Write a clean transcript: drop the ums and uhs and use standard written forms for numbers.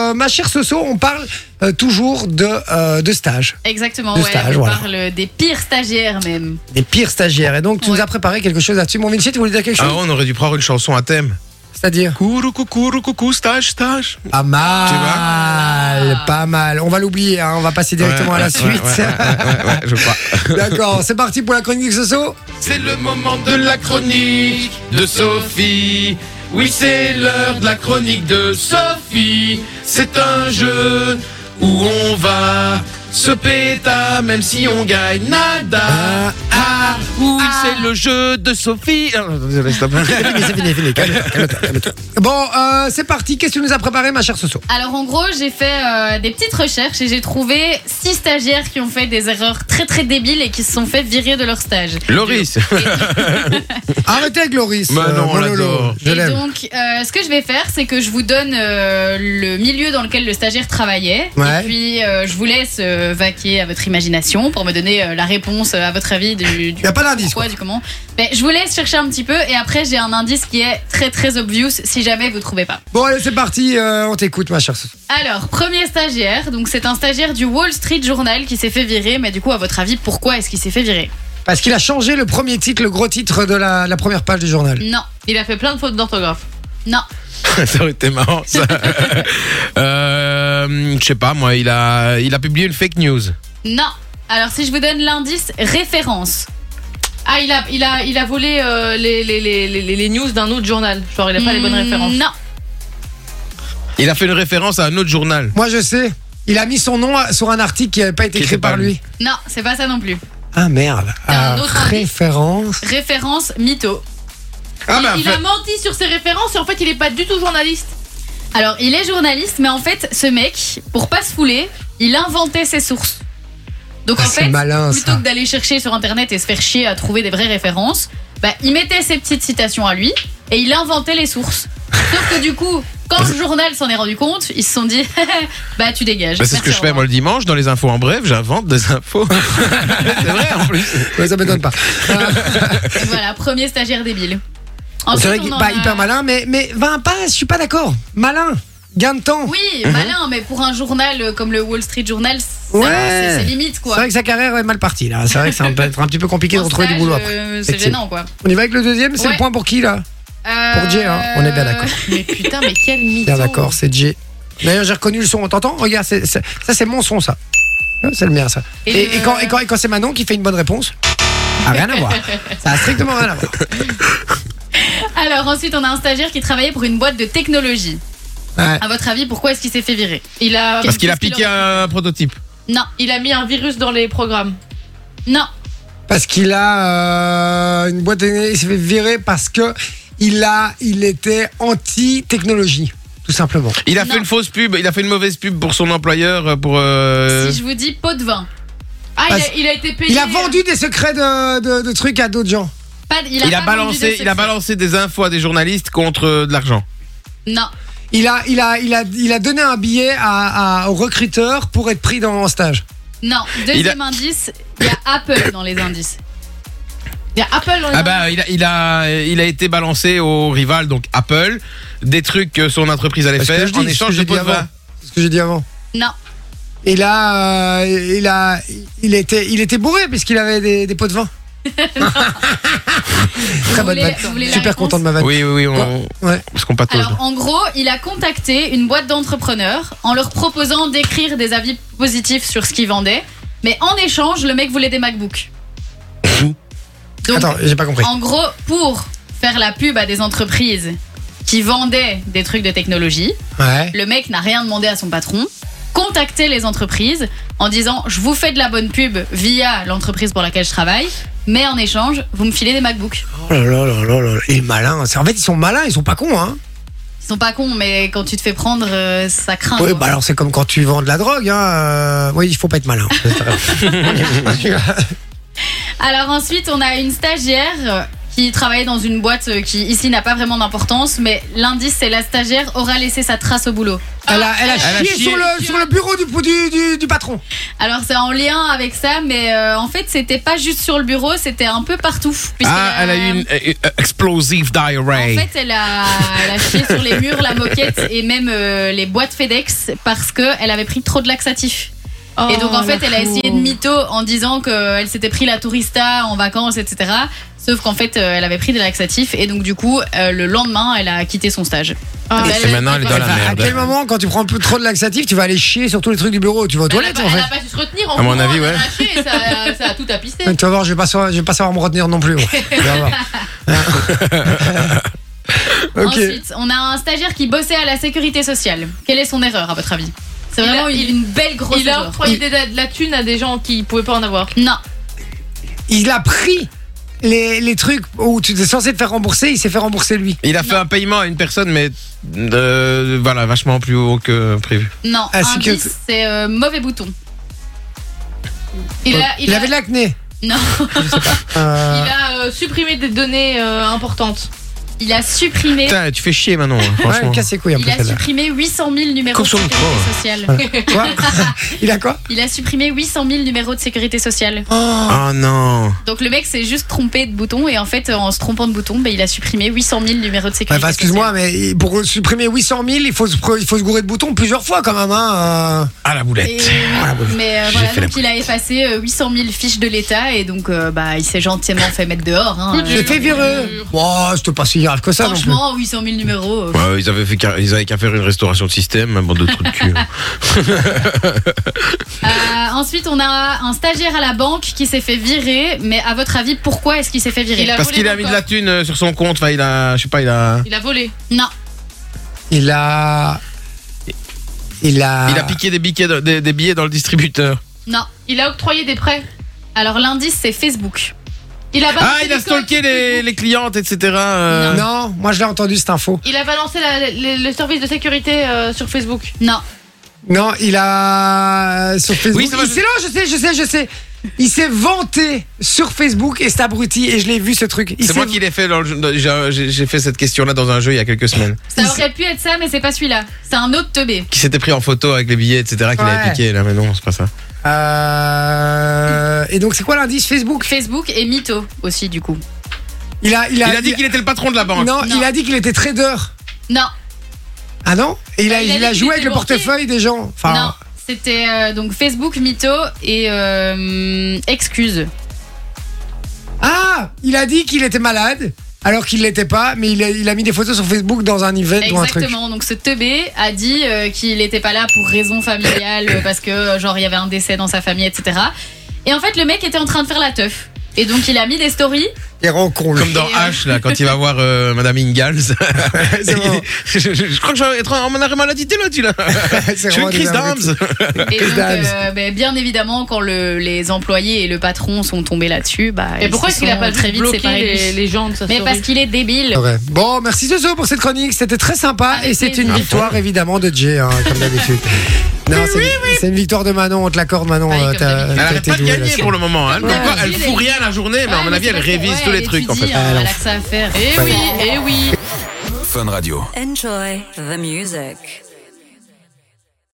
ma chère Soso, on parle toujours de stage. Exactement, De ouais. stage, On voilà. parle des pires stagiaires même. Des pires stagiaires. Et donc, tu nous Ouais. as préparé quelque chose là-dessus. Mon Vinci, tu voulais dire quelque chose? Ah, on aurait dû prendre une chanson à thème. C'est-à-dire? Coucou, stage. Pas mal. Tu vois Pas mal. On va l'oublier, hein. On va passer directement à la suite. Ouais, je crois. D'accord, c'est parti pour la chronique Soso. C'est le moment de la chronique de Sophie. Oui, c'est l'heure de la chronique de Sophie. C'est un jeu où on va se péta même si on gagne nada. Oui, c'est le jeu de Sophie. Ah, désolé, stop. C'est fini. Calme-toi. Bon, c'est parti. Qu'est-ce que tu nous as préparé, ma chère Soso? Alors en gros, j'ai fait des petites recherches et j'ai trouvé 6 stagiaires qui ont fait des erreurs très très débiles et qui se sont fait virer de leur stage. Loris. Arrêtez avec Loris. Bah non, on mon Lolo. l'adore. Je Et l'aime. donc, ce que je vais faire, c'est que je vous donne le milieu dans lequel le stagiaire travaillait. Ouais. Et puis, je vous laisse vaquer à votre imagination pour me donner la réponse, à votre avis, du Y a pas d'indice, pourquoi, quoi. du comment. Mais je vous laisse chercher un petit peu et après, j'ai un indice qui est très très obvious si jamais vous trouvez pas. Bon, allez, c'est parti. On t'écoute, ma chère Soso. Alors, premier stagiaire, donc c'est un stagiaire du Wall Street Journal qui s'est fait virer. Mais du coup, à votre avis, pourquoi est-ce qu'il s'est fait virer? Parce qu'il a changé le premier titre, le gros titre de la première page du journal. Non, Il a fait plein de fautes d'orthographe. non. Ça aurait été marrant, ça. Je sais pas, moi, il a publié une fake news. Non. Alors si je vous donne l'indice référence. Ah, il a volé les news d'un autre journal. Genre, il a pas les bonnes références. Non. Il a fait une référence à un autre journal. Moi, je sais. Il a mis son nom sur un article qui n'avait pas été Qui écrit était pas par lui. Non, c'est pas ça non plus. Ah, merde. T'as un autre indice Référence. Référence mytho. Ah, bah, Il a menti sur ses références et en fait, il est pas du tout journaliste. Alors il est journaliste, mais en fait ce mec, pour pas se fouler, il inventait ses sources. Donc Ah, en c'est fait, malin, plutôt ça. que d'aller chercher sur internet et se faire chier à trouver des vraies références, bah, il mettait ses petites citations à lui et il inventait les sources. Sauf que du coup, quand le journal s'en est rendu compte, ils se sont dit bah tu dégages. Bah, c'est ce que Merci, je fais au moi revoir. le dimanche dans les infos en bref, j'invente des infos. C'est vrai en plus. Ouais, ça m'étonne pas. Donc voilà, premier stagiaire débile. C'est Ensuite, vrai on qu'il en pas a- hyper malin, mais je suis pas d'accord. Malin. Gain de temps. Oui, malin, mais pour un journal comme le Wall Street Journal, Ouais. c'est limite C'est quoi. vrai que sa carrière est mal partie là. C'est vrai que ça peut être un petit peu compliqué de En retrouver du stage, boulot après. c'est Effectivement. gênant quoi. On y va avec le deuxième, c'est Ouais. le point pour qui là? Pour Jay, hein. On est bien d'accord. Mais putain, mais quel mytho. Bien d'accord, c'est Jay. D'ailleurs, j'ai reconnu le son. On t'entend? Regarde, ça c'est mon son ça. C'est le mien ça. Et quand c'est Manon qui fait une bonne réponse, rien à voir. Ça a strictement rien à voir. Alors ensuite, on a un stagiaire qui travaillait pour une boîte de technologie. Ouais. À votre avis, pourquoi est-ce qu'il s'est fait virer? Parce qu'il a Qu'est-ce qu'il piqué aurait un prototype. Non, Il a mis un virus dans les programmes. non, Parce qu'il a une boîte de... Il s'est fait virer parce que il était anti-technologie, tout simplement. Il a Non. fait une fausse pub, il a fait une mauvaise pub pour son employeur pour si je vous dis pot de vin. Ah, Parce- il a été payé. Il a vendu des secrets de trucs à d'autres gens. Pas, il a pas vendu de balancé secret. des infos à des journalistes contre de l'argent. Non, Il a donné un billet au recruteur pour être pris dans un stage. non. Deuxième indice, il y a Apple dans les indices. Il y a Apple dans les Ah bah il a été balancé au rival donc Apple des trucs que son entreprise allait C'est ce que faire je dis, en c'est ce échange que de j'ai dit pots de vin. avant. C'est ce que j'ai dit avant. Non, Et là, il était bourré puisqu'il avait des pots de vin. Très bonne voulez- vanne. vous voulez la Super réponse content de ma vanne. Oui, Ouais. parce qu'on patauge. alors en gros, il a contacté une boîte d'entrepreneurs en leur proposant d'écrire des avis positifs sur ce qu'ils vendaient, mais en échange, le mec voulait des MacBooks. Donc, Attends, j'ai pas compris. en gros, pour faire la pub à des entreprises qui vendaient des trucs de technologie, Ouais. le mec n'a rien demandé à son patron, contactait les entreprises en disant je vous fais de la bonne pub via l'entreprise pour laquelle je travaille, mais en échange, vous me filez des MacBooks. Oh là là là là là. Il est malin. En fait, ils sont malins, ils sont pas cons, hein. Ils sont pas cons, mais quand tu te fais prendre, ça craint. Oui, quoi. bah alors c'est comme quand tu vends de la drogue, hein. Oui, il faut pas être malin. Alors ensuite, on a une stagiaire qui travaillait dans une boîte qui ici n'a pas vraiment d'importance, mais l'indice c'est la stagiaire aura laissé sa trace au boulot. Elle a chié sur le bureau du patron. Alors c'est en lien avec ça, mais en fait c'était pas juste sur le bureau, c'était un peu partout. Elle a eu une explosive diarrhea. En fait elle a chié sur les murs, la moquette et même les boîtes FedEx parce qu'elle avait pris trop de laxatifs. Et donc en fait elle a essayé de mytho en disant qu'elle s'était pris la tourista en vacances, etc. Sauf qu'en fait elle avait pris des laxatifs et donc du coup le lendemain elle a quitté son stage. Et maintenant elle est dans la À merde. quel moment, quand tu prends un peu trop de laxatif, tu vas aller chier sur tous les trucs du bureau? Tu vas aux toilettes en Elle fait. a pas su se retenir en À mon courant, avis, elle a ouais. lâché et ça a tout tapissé. Tu vas voir, je vais pas savoir me retenir non plus. Moi. Tu vas voir. Ok. Ensuite on a un stagiaire qui bossait à la sécurité sociale. Quelle est son erreur à votre avis? C'est vraiment une belle grosse Il a erreur. octroyé de la thune à des gens qui pouvaient pas en avoir. Non. Il a pris les trucs où tu étais censé te faire rembourser, il s'est fait rembourser lui. Il a fait un paiement à une personne, mais voilà, vachement plus haut que prévu. Non, Ah, c'est indice, c'est mauvais bouton. Il avait de l'acné. Non, Il a supprimé des données importantes. il a supprimé. Putain, tu fais chier maintenant, Ouais, franchement. casse ses couilles un peu Il a celle-là. supprimé 800 000 numéros Coupe de son sécurité micro. sociale. Quoi? Il a quoi? Il a supprimé 800 000 numéros de sécurité sociale. Oh non. Donc le mec s'est juste trompé de bouton et en fait en se trompant de bouton, il a supprimé 800 000 numéros de sécurité Enfin, excuse-moi, sociale. mais pour supprimer 800 000, il faut se gourer de boutons plusieurs fois quand même. Hein. Ah la boulette. Et oui, mais J'ai voilà, fait la donc il a effacé 800 000 fiches de l'État et donc il s'est gentiment fait mettre dehors. Hein. J'ai fait virer. Oh, c'était pas si grave que ça non plus. Franchement, 800 000 numéros. Ouais, ils avaient qu'à faire une restauration de système, un bande de trucs de cul. Ensuite, on a un stagiaire à la banque qui s'est fait virer. Mais à votre avis, pourquoi est-ce qu'il s'est fait virer? Il a Parce volé qu'il a mon mis de corps. la thune sur son compte, enfin il a, je sais pas, il a volé. Non, Il a piqué des billets dans le distributeur. non. Il a octroyé des prêts. Alors l'indice, c'est Facebook. Il a balancé Il a des stalké codes. les clientes, etc. Non, moi je l'ai entendu cette info. Il a balancé le service de sécurité sur Facebook. Non. Non, il a sur Facebook. Oui, ça va, je sais. Il s'est vanté sur Facebook et c'est abruti et je l'ai vu ce truc. C'est moi qui l'ai fait. J'ai fait cette question-là dans un jeu il y a quelques semaines. Ça aurait pu être ça, mais c'est pas celui-là. C'est un autre teubé. Qui s'était pris en photo avec les billets, etc. Qu'il Ouais. avait piqué. Là, mais non, c'est pas ça. Et donc c'est quoi l'indice Facebook? Facebook et Mytho aussi, du coup. Il a dit qu'il était le patron de la banque. Non, Non. il a dit qu'il était trader. Non, Ah non? Et il Bah, a il a dit qu'il joué avec était le portefeuille des gens. Enfin, non. C'était donc Facebook, Mytho et Excuse. Ah, il a dit qu'il était malade alors qu'il l'était pas, mais il a mis des photos sur Facebook dans un event ou un truc. Exactement. Donc ce teubé a dit qu'il n'était pas là pour raison familiale parce que genre il y avait un décès dans sa famille, etc. Et en fait le mec était en train de faire la teuf. Et donc il a mis des stories. Il rend con. Comme dans H, là, quand il va voir Madame Ingalls. C'est bon. Je crois que je vais être en arrêt maladie, là, tu là. C'est Je suis une vraiment crise des d'âme. Et donc, Dams. bien évidemment, quand les employés et le patron sont tombés là-dessus, Et pourquoi est-ce qu'il a pas très vite bloqué séparé de lui. les gens de sa Mais story? parce qu'il est débile. Ouais. Bon, merci Zozo pour cette chronique, c'était très sympa Avec et c'est plaisir. une victoire évidemment de Jay, hein, comme d'habitude. Non, c'est une victoire de Manon, on te l'accorde Manon. Pareil, comme t'as d'habitude. Elle t'as arrête été pas de douée gagner là-dessus. pour le moment. Hein. Elle fout rien la journée, mais à mon avis, elle révise tous les trucs, en fait. Elle a que ça à faire. Eh oui, eh oui. Fun Radio. Enjoy the music.